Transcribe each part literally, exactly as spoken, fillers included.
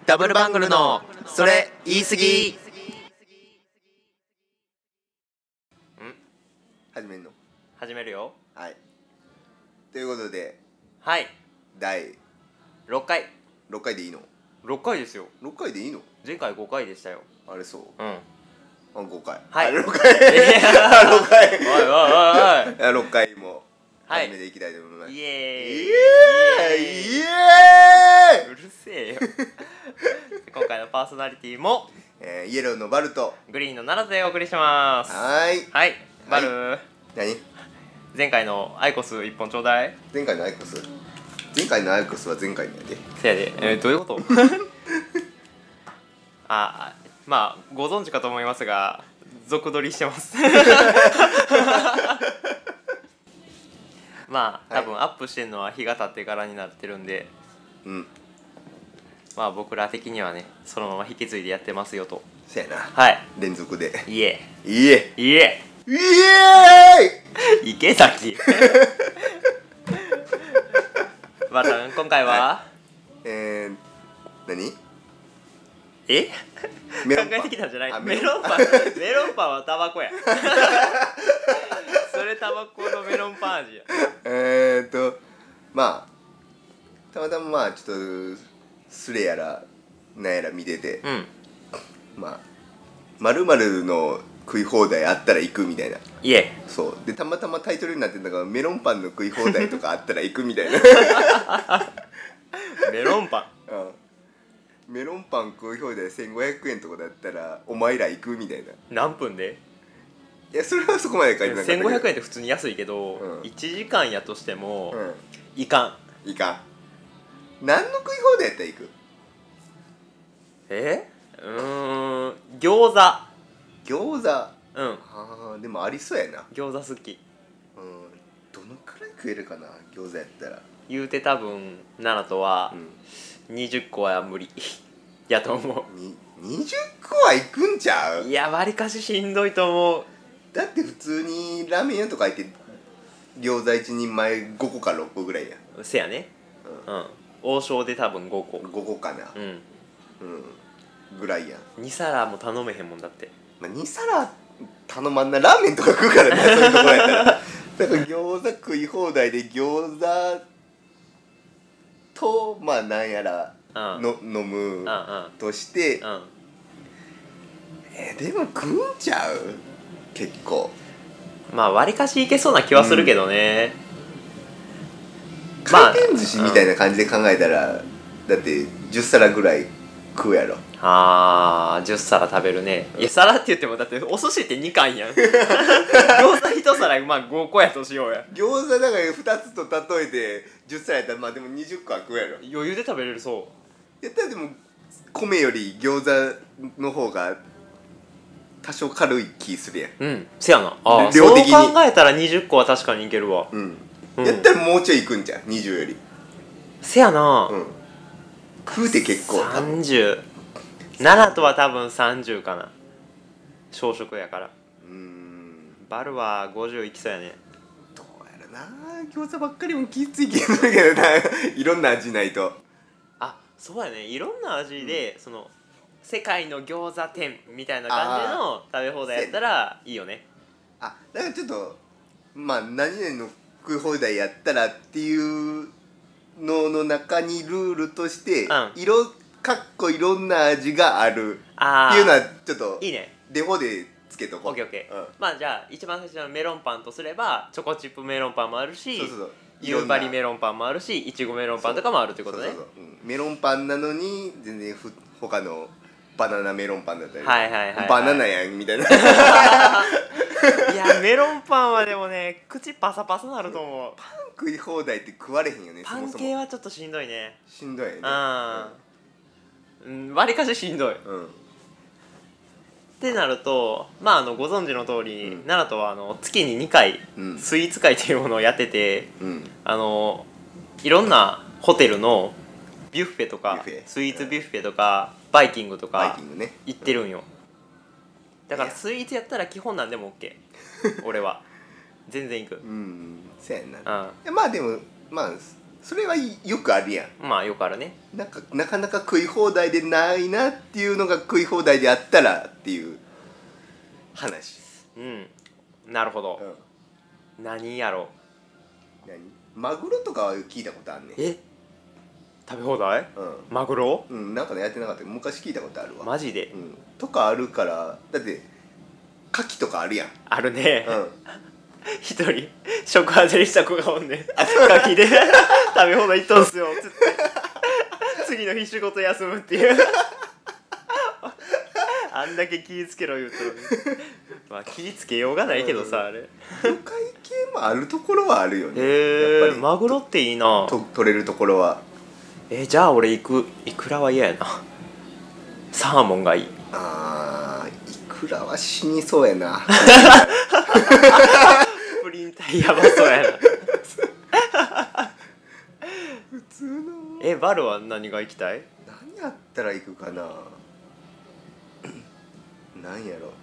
ダブルバングルのそれ言い過ぎ。ん始めんの？ 始めるよ。 はい。ということではい、 だいろっかい。 ろっかいでいいの？ ろっかいですよ。 ろっかいでいいの？ 前回ごかいでしたよ。 あれそう。 うん。 あごかい。 はいあろっかい。 やろっかい。 おいおいおいおいあろっかいもはい始めていきたいと思います。 イエーイイエーイイエーイ。 うるせえよ今回のパーソナリティもえー、イエローのバルト。 グリーンの奈良でお送りします。 はーい。 はいバル、 何？ 前回のアイコスいっぽんちょうだい。 前回のアイコス。前回のアイコスは前回のやで。 せやで、えー、どういうことあ、まあご存知かと思いますが続撮りしてますまあ多分アップしてるのは日が経ってからになってるんで、 うん。 まあ僕ら的にはねそのまま引き継いでやってますよと。 そやな。 はい、 連続で。 いえいえ。 いえイエーイ。 池崎バラン今回は、 はえー、何？ えメロンパン考えてきたんじゃないあメロンパンメロンパンはタバコやそれタバコのメロンパン味や。 えーっとまあたまたままあちょっとスレやらなんやら見てて、 うんまあ〇〇の食い放題あったら行くみたいな。 いえそうでたまたまタイトルになってるのがメロンパンの食い放題とかあったら行くみたいなメロンパンうん、メロンパン食い放題せんごひゃくえんとかだったらお前ら行くみたいな。 何分でいやそれはそこまで書いてなかったけどせんごひゃくえんって普通に安いけど、 うんいちじかんやとしても、 ういかんんいかん。何の食い放題やったら行く？ えうーん餃子餃子。 うんあーでもありそうやな。 餃子好きうんどのくらい食えるかな餃子やったら。 言うて多分奈良とはにじゅっこは無理やと思うんににじゅっこはいくんちゃう？ う。いやわりかししんどいと思う。 だって普通にラーメン屋とか行って餃子一人前ごこかろっこぐらいや。 せやねううん王将で多分ごこんごこかなうんうんぐらいやん。 に皿も頼めへんもんだって。 まあ、に皿頼まんな。ラーメンとか食うからねそういうところやったらだから餃子食い放題で餃子とまあなんやらうんの飲むうんうんとして、 うんえーでも食うんちゃう？結構まあわりかしいけそうな気はするけどね、まあ回転寿司みたいな感じで考えたら、だってじゅっ皿ぐらい食うやろ。 あーじゅっ皿食べるね。いや皿って言ってもだってお寿司ってにかんやん餃子いち皿まあごこやとしようや。 餃子だからふたつと例えてじゅっ皿やったらまあでもにじゅっこは食うやろ。 余裕で食べれる。そやったらでも米より餃子の方が多少軽い気するやん。 ううんせやなあ量的にそう考えたらにじゅっこは確かにいけるわ。 うん、 うんやったらもうちょいいくんじゃんにじゅうより。 せやな、 うん食うて結構多分さんじゅうななとは多分さんじゅうかな。小食やから。 うーんバルはごじゅういきそうやね。 どうやらな餃子ばっかりもきつい気がするけどないろんな味ないと。 あそうやねいろんな味で、うん、その世界の餃子店みたいな感じの食べ放題やったらいいよね。 あだからちょっとまあ何々の食い放題やったらっていうのの中にルールとして、 うん、 色かっこいろんな味があるあっていうのはちょっといいね。 デフォでつけとこう。 オッケーオッケー、 うん、 まあじゃあ一番最初のメロンパンとすればチョコチップメロンパンもあるし、 そうそうそう夕張メロンパンもあるしいちごメロンパンとかもあるってことね。 そうそうそう、うん、メロンパンなのに全然ふ他のバナナメロンパンだったり、 はいはいはい、はい、 バナナやんみたいないやメロンパンはでもね口パサパサなると思う。 パン食い放題って食われへんよね。 パン系はちょっとしんどいね。 しんどいよね。 うんわり、うん、かししんどい、 うん、 ってなるとまああのご存知の通り、 うん、 奈良とはあの月ににかい、うん、スイーツ会というものをやってて、うん、あのいろんなホテルのビュッフェとかスイーツビュッフェとか、うん、バイキングとか行ってるんよ、だからスイーツやったら基本なんでも OK 俺は全然行く。 うんそうやんな、 うん、 まあでもまあそれはよくあるやん。 まあよくあるね。 なんかなかなか食い放題でないなっていうのが食い放題であったらっていう話。 うん、なるほど、うん、何やろう。何マグロとかは聞いたことあんねん。 え食べ放題、うん、マグロ、 うん、なんかねやってなかったけど昔聞いたことあるわ。 マジで、 うん、とかあるから。だって牡蠣とかあるやん。 あるね、 うん、 一人食外れした子がおんねん牡蠣で食べ放題行っとんすよつって次の日仕事休むっていうあんだけ気ぃつけろ言うとまあ気ぃつけようがないけどさ、うん、あれ魚介系もあるところはあるよね。 へえ、やっぱりマグロっていいなと取れるところは。 えー、じゃあ俺いくイクラは嫌やな。サーモンがいい。 あーイクラは死にそうやなプリン体やばそうやな普通の。 えバルは何が行きたい？ 何やったら行くかな何やろ。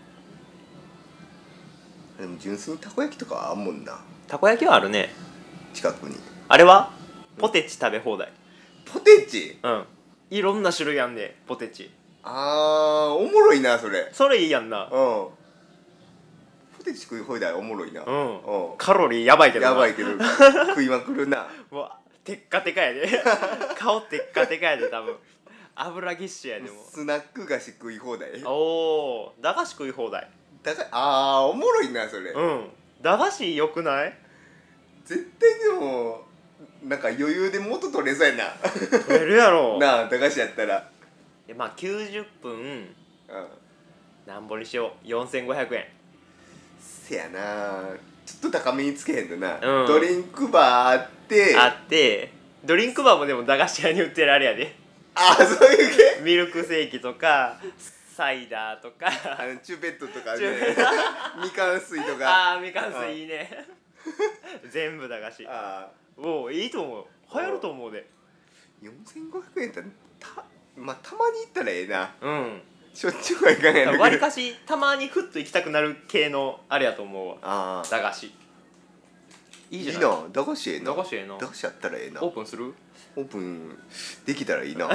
でも純粋にたこ焼きとかはあんもんな。 たこ焼きはあるね近くに。 あれはポテチ食べ放題。 ポテチ？ うん、いろんな種類あんねポテチ。 あーおもろいなそれ。 それいいやんな。うん、 ポテチ食い放題おもろいな。 うん、うん、カロリーやばいけどな。 やばいけど食いまくるなうわテッカテカやで顔テッカテカやで多分油ぎっしゅやでも。 スナック菓子食い放題。 おお駄菓子食い放題。 だかあーおもろいなそれ。 うん駄菓子よくない？ 絶対でもなんか余裕で元取れそうやな取れるやろなあ駄菓子やったら。 いやまあきゅうじゅっぷん、うん、なんぼにしようよんせんごひゃくえん。 せやなちょっと高めにつけへんとな、 うん、 ドリンクバーあってあってドリンクバーもでも駄菓子屋に売ってるあれやで。 ああそういう系。 ミルクセーキとかサイダーとかあのチューペットとかねみかん水とか。 ああみかん水いいね全部駄菓子。 あおおいいと思う流行ると思うで。 よんせんごひゃくえんってたまあたまに行ったらええな。 うんしょっちゅうはいかないんだけどわりかしたまにフッと行きたくなる系のあれやと思うわ。 あ駄菓子いいじゃない。 いいな駄菓子ええな。 駄菓子ええな。 駄菓子やったらええな。 オープンする？ オープンできたらいいなうん、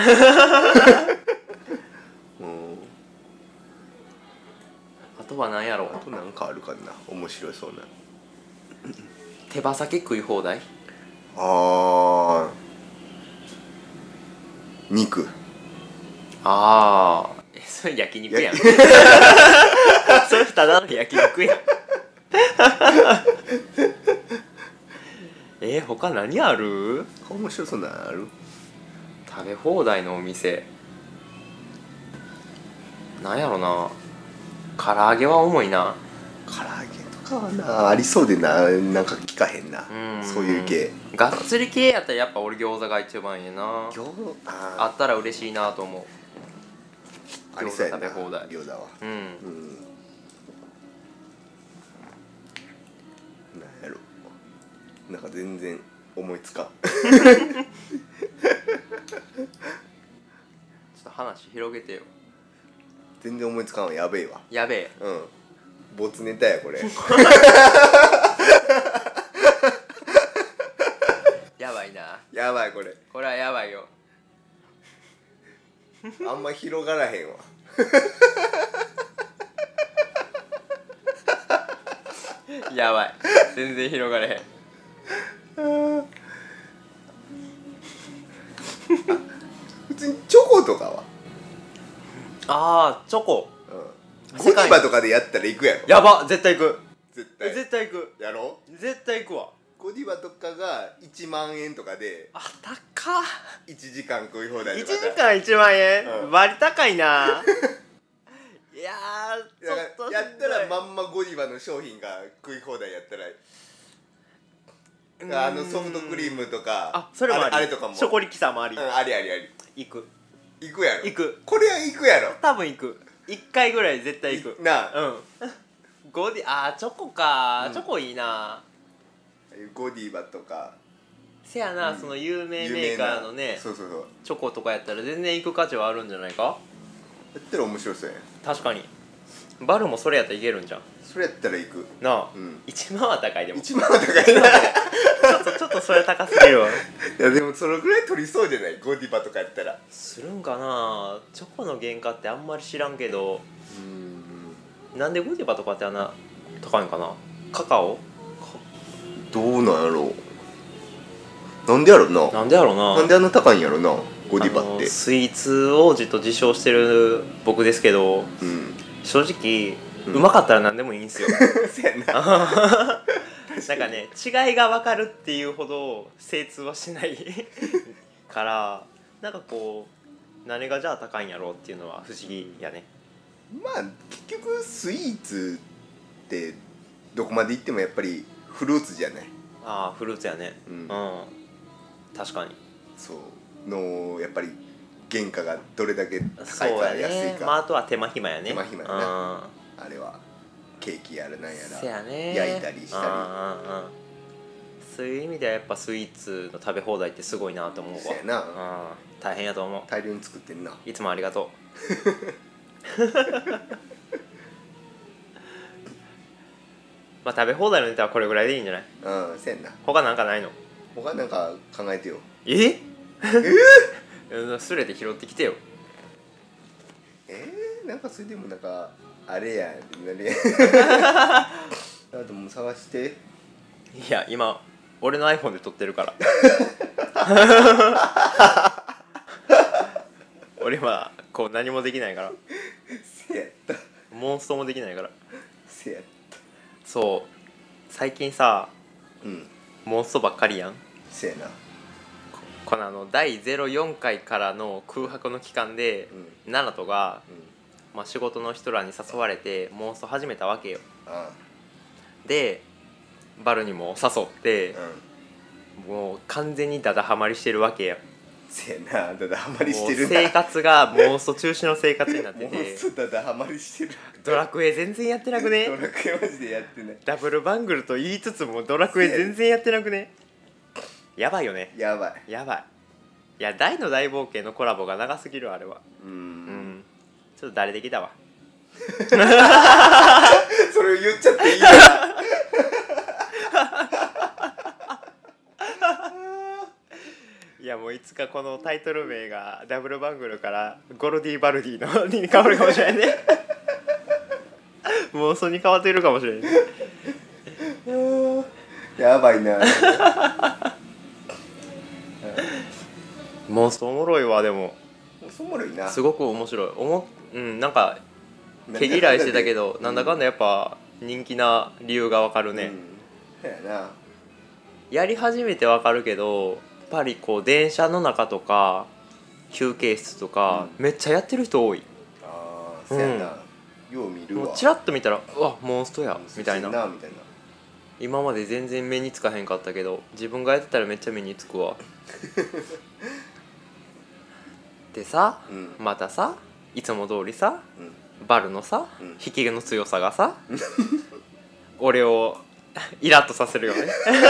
あとは何やろう。 あとなんかあるかな面白そうな。 手羽先食い放題。 あー肉。 ああえそれ焼肉やんそれただの焼肉やんえー、他何ある？ 面白そうなのある？ 食べ放題のお店なんやろな。唐揚げは重いな。 唐揚げとかはなありそうでななんか聞かへんな。 うんそういう系がっつり系やったらやっぱ俺餃子が一番いいな。 餃子 あ, あったら嬉しいなと思う。 ありそうやな餃子食べ放題餃子はうん、うん、 なんやろなんか全然思いつかんちょっと話広げてよ。 全然思いつかんわ。やべえわ。 やべえうん没ネタやこれやばいな。 やばいこれこれはやばいよあんま広がらへんわやばい全然広がれへん普通にチョコとかはあーチョコ、 うん、ゴディバとかでやったら行くやろ。 やば絶対行く。 絶対絶対行く。 やろ絶対行くわ。 ゴディバとかがいちまんえんとかであ高っ。 いちじかん食い放題いちとかじかんいちまんえん、 うん、 割高いないやーちょだっとからやったらまんまゴディバの商品が食い放題やったらあのソフトクリームとかあそれもあり。 あれとかもショコリキサーもあり、 うん、ありありあり行く行くやろ。 行くこれは行くやろ多分行く。いっかいぐらい絶対行くなあ、 うんゴディあーチョコか、 うん、 チョコいいな。 ゴディバとかせやな、うん、その有名メーカーのねそうそうそうチョコとかやったら全然行く価値はあるんじゃないか。 やったら面白そうやん。 確かにバルもそれやったらいけるんじゃん。 それやったら行くなあ、 うん、 いちまんは高い。でもいちまんは高いなちょっとちょっとそれ高すぎるわ。 いやでもそのぐらい取りそうじゃない？ゴディバとかやったらするんかな。チョコの原価ってあんまり知らんけど、 うん、 なんでゴディバとかってあんな高いんかな。カカオどうなんやろう。なんでやろな。 なんでやろうな。 なんであんな高いんやろな、ゴディバって。 スイーツ王子と自称してる僕ですけど、 うん、 正直、うん、うまかったら何でもいいんですよ。 そやななんかね、違いが分かるっていうほど精通はしないから、なんかこう何がじゃあ高いんやろうっていうのは不思議やね。 まあ結局スイーツってどこまで行ってもやっぱりフルーツじゃない。 ああ、フルーツやね。うん、うん、確かに。 そうのやっぱり原価がどれだけ高いか安いか。そうやね。 まああとは手間暇やね。 手間暇やな、うん、あれはケーキやらなんやらせやね、 焼いたりしたり、うんうんうん、 そういう意味ではやっぱスイーツの食べ放題ってすごいなと思うわ。 そうやな、うん、 大変やと思う。 大量に作ってんな。 いつもありがとうまあ食べ放題のネタはこれぐらいでいいんじゃない？ うん、せやんな。 他なんかないの？ 他なんか考えてよ。 えええすれて拾ってきてよ。 えー、なんかそれでもなんかあれやなるやんでも探して。 いや今俺の iPhone で撮ってるから俺はこう何もできないから。 せやった。 モンストもできないから。 せやった。 そう最近さ、 うん、 モンストばっかりやん。 せやな。 このあのだいゼロよんかいからの空白の期間で、うん、ナナトが、うん、まあ、仕事の人らに誘われてモンスト始めたわけよ。ああでバルにも誘って、うん、もう完全にダダハマりしてるわけや。 せやな、ダダハマりしてるな。 生活がモンスト中止の生活になっててモンストダダハマりしてる。 ドラクエ全然やってなくね。 ドラクエマジでやってない。 ダブルバングルと言いつつもドラクエ全然やってなくね。やばいよね。 やばいやばい。いや大の大冒険のコラボが長すぎるあれは。 うーん、うん、 ちょっと誰できたわそれを言っちゃっていいかないやもういつかこのタイトル名がダブルバングルからゴルディバルディのに変わるかもしれないねもうそれに変わってるかもしれないやばいなモンストおもろいわ。でもおもろいな。 すごく面白い。おも、うん、なんか毛嫌いしてたけどなんだかんだやっぱ人気な理由がわかるね、 うん、やな。 やり始めてわかるけどやっぱりこう電車の中とか休憩室とか、うん、めっちゃやってる人多い。 ああ、そうやな、うん、よう見るわ。 もうチラッと見たらうわモンストやみたいな。 みたいな。 今まで全然目につかへんかったけど自分がやってたらめっちゃ目につくわでさ、うん、またさいつも通りさ、うん、バルのさ、うん、引きの強さがさ俺をイラッとさせるよね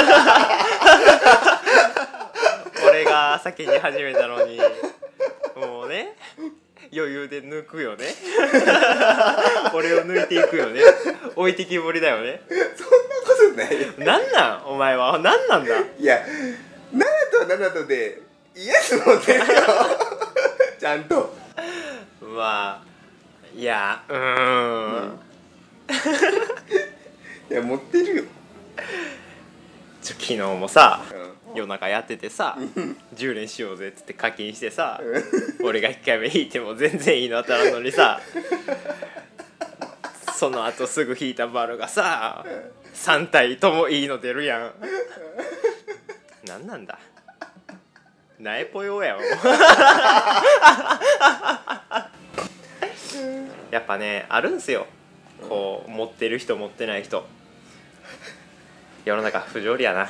俺が先に始めたのにもうね余裕で抜くよね俺を抜いていくよね。置いてきぼりだよね。 そんなことないよ。 なんなんお前は。なんなんだ。 いやナナとはナナとでイエス持ってるよちゃんと。 まあいやうーん、うん、 いや持ってるよ。 ちょ昨日もさ、うん、夜中やっててさじゅう連しようぜっつって課金してさ俺がいっかいめ引いても全然いいの当たらんのにさその後すぐ引いたバルがささん体ともいいの出るやん。なんなんだなえぽよやわやっぱねあるんすよこう持ってる人持ってない人。世の中不条理やな。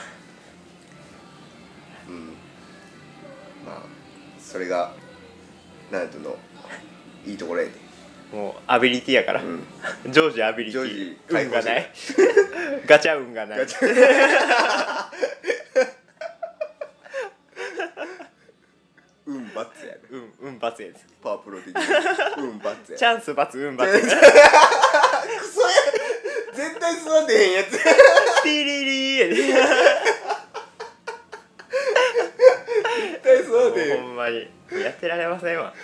うん。まあそれがナルトのいいところやで。 もうアビリティやから、うん、常時アビリティ運がないガチャ運がないガチャ運バツやね。 運運バツやです。 パワープロ的に運バツや。 チャンスバツ運バツ対育てへんやつピリリーやで絶対育てへんほんまにやってられませんわ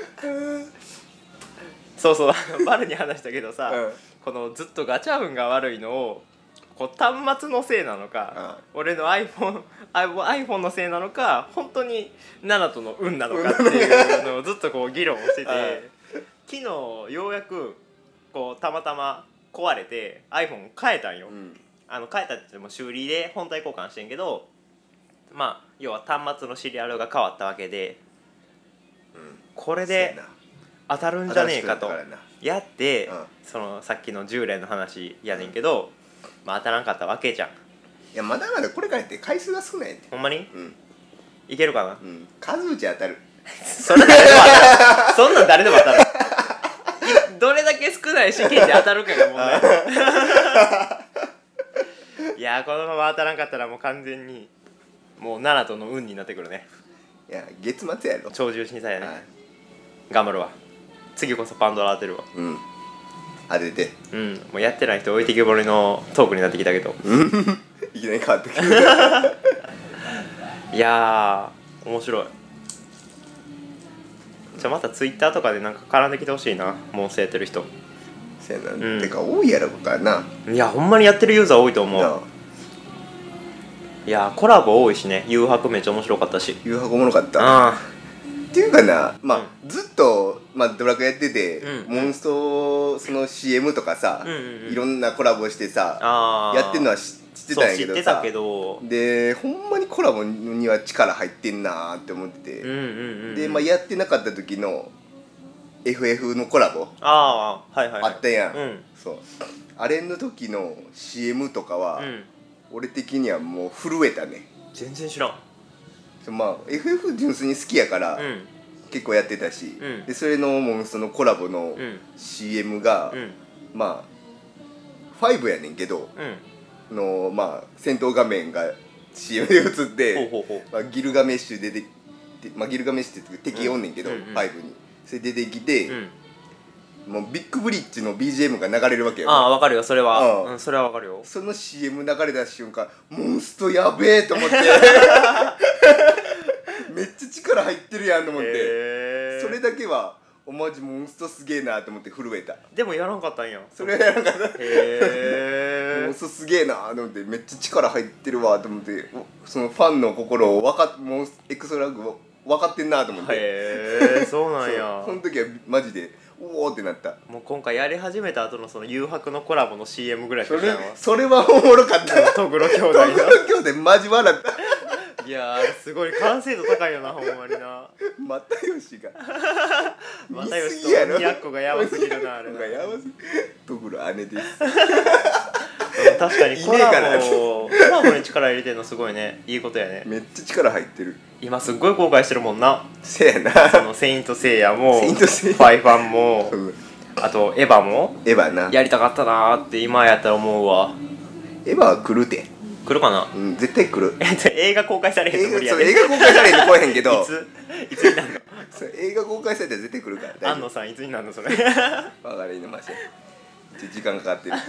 そうそうバルに話したけどさ、うん、このずっとガチャ運が悪いのをこう端末のせいなのか、うん、俺の iPhone, iPhone のせいなのか本当にナナトの運なのかっていうのをずっとこう議論をしてて昨日ようやくこうたまたま壊れて iPhone 変えたんよ、うん、あの変えたって言っても修理で本体交換してんけどまあ要は端末のシリアルが変わったわけで、うん、これで当たるんじゃねえかとやって、うん、そのさっきの従来の話やねんけど、まあ、当たらんかったわけじゃん。いやまだまだこれからって回数が少ないって。 ほんまに、 うん、 いけるかな、 うん、数打ち当たるそんな誰でも当たるそんなん誰でも当たるどれだけ少ない試験で当たるかが問題いやこのまま当たらんかったらもう完全にもう奈良との運になってくるね。 いや月末やろ超重審査やね、はい、頑張るわ。次こそパンドラ当てるわ。 うん当てて。 うんもうやってない人置いてけぼりのトークになってきたけどいきなり変わってくるいやー面白い。じゃあまたツイッターとかでなんか絡んできてほしいなモンストやってる人。 せやな、うん、てか多いやろかな。 いやほんまにやってるユーザー多いと思う。いやコラボ多いしね。誘白めっちゃ面白かったし。 誘白おもろかった。あっていうかなまあ、うん、ずっと、まあ、ドラクエやってて、うん、モンストその シーエム とかさ、うんうんうん、いろんなコラボしてさやってるのは知ってたんやけどさ。知ってたけどでほんまにコラボには力入ってんなーって思ってて、うんうんうんうん、で、まあ、やってなかった時の エフエフ のコラボあ,、はいはいはい、 あったやん、 うん、 そうあれの時の シーエム とかは、うん、俺的にはもう震えたね。 全然知らん。 まあ エフエフ 純粋に好きやから、うん、結構やってたし、うん、でそれのモンストのコラボの シーエム が、うん、まあごやねんけど、うん、のまあ戦闘画面が シーエム で映って、ほうほうほう、まあ、ギルガメッシュで出て、まあ、ギルガメッシュって敵おんねんけど、うん、ごにそれ出てきて、うん、もうビッグブリッジの ビージーエム が流れるわけよ。 ああ分かるよそれは、うん、それは分かるよ。 その シーエム 流れた瞬間モンストやべえと思ってめっちゃ力入ってるやんと思って、それだけはおまじモンストすげえなと思って震えた。 でもやらんかったんや。 それはやらんかった。へモンストすげえなと思ってめっちゃ力入ってるわと思って、そのファンの心を分かっモンスエクストラグを分かってんなと思って。 へえそうなんや。 そ, その時はマジでおおってなった。 もう今回やり始めた後のその誘白のコラボの シーエム ぐらいしか知らんわ。 それはおもろかった。 トグロ兄弟のトグロ兄弟マジ笑った。 いやーすごい完成度高いよなほんまにな。 又吉が又吉と鬼奴がやばすぎるなあれな。 トグロ姉です確かにコラボコラボに力入れてるのすごいね。いいことやね。 めっちゃ力入ってる。 今すっごい後悔してるもんな。 せやな。 そのセイントセイヤもファイファンも、うん、あとエヴァもエヴァなやりたかったなーって今やったら思うわ。 エヴァは来るて。 来るかな。 うん絶対来る。 映画公開されへんと無理やね。 映画公開されへんと来えへんけどいついつになるの映画公開されたら絶対来るから。 安野さんいつになるのそれ分かりません。時間かかってる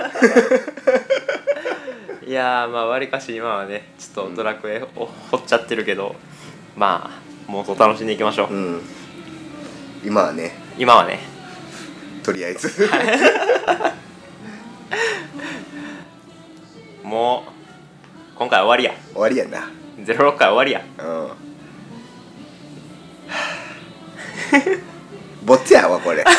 いやーまあわりかし今はねちょっとドラクエを掘っちゃってるけど、まあもうそう楽しんでいきましょう、うん、 今はね今はねとりあえずもう今回終わりや。 終わりやな。 ゼロろっかい終わりや。 うんぼっちやわこれ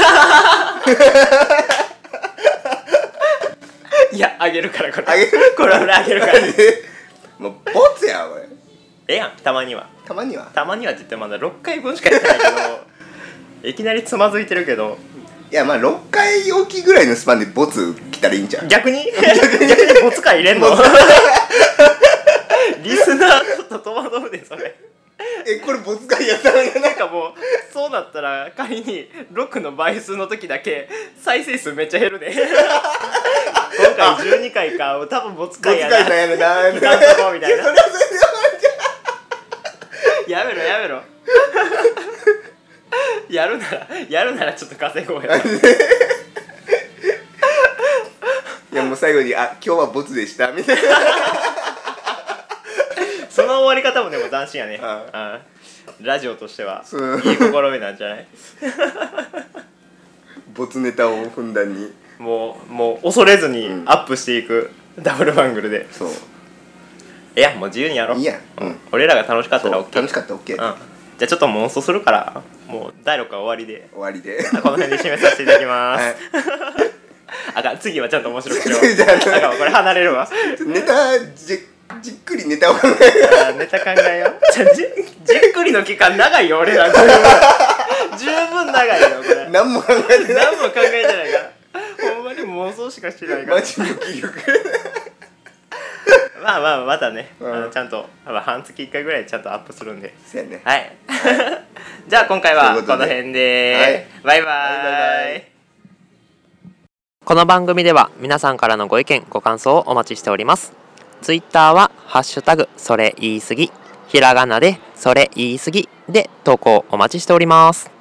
いやあげるからこれあげるこれ俺あげるからもうボツやこれ。 ええやんたまにはたまにはたまにはって言ってまだろっかいぶんしかやってないけどいきなりつまずいてるけど。 いやまあろっかいおきぐらいのスパンでボツ来たらいいんちゃう。 逆に逆にボツ回入れんのリスナーちょっと戸惑うでそれ。 えこれボツ回やったのやなんかもうそうなったら仮にろくの倍数の時だけ再生数めっちゃ減るね今回じゅうにかいか多分ボツ回やな。ボツ回なんやろな。いかんとこみたいな。やめろやめろやるならやるならちょっと稼ごうやいやもう最後にあ今日はボツでしたみたいなその終わり方もでも斬新やね。ああラジオとしてはいい試みなんじゃないボツネタをふんだんにもうもう恐れずにアップしていく、うん、ダブルバングルで。そういやもう自由にやろう。 いいや、 うん、俺らが楽しかったら OK。 楽しかったら OK、うん、 じゃあちょっと妄想するからもうだいろっか終わりで終わりでこの辺で締めさせていただきます、はい、あかん次はちゃんと面白くしようあかんこれ離れるわネタじじっくりネタを考えるネタ考えようじゃ じ, じっくりの期間長いよ俺ら十分十分長いよこれ何も考えてない何も考えてないからほんまに妄想しかしてないからマジ無気力まあまあまたね、うん、あのちゃんと半月いっかいぐらいちゃんとアップするんでそうやねはいじゃあ今回はこの辺で、はい、バイバイ、バイバイ。この番組では皆さんからのご意見ご感想をお待ちしております。ツイッターはハッシュタグそれ言い過ぎ、ひらがなでそれ言い過ぎで投稿お待ちしております。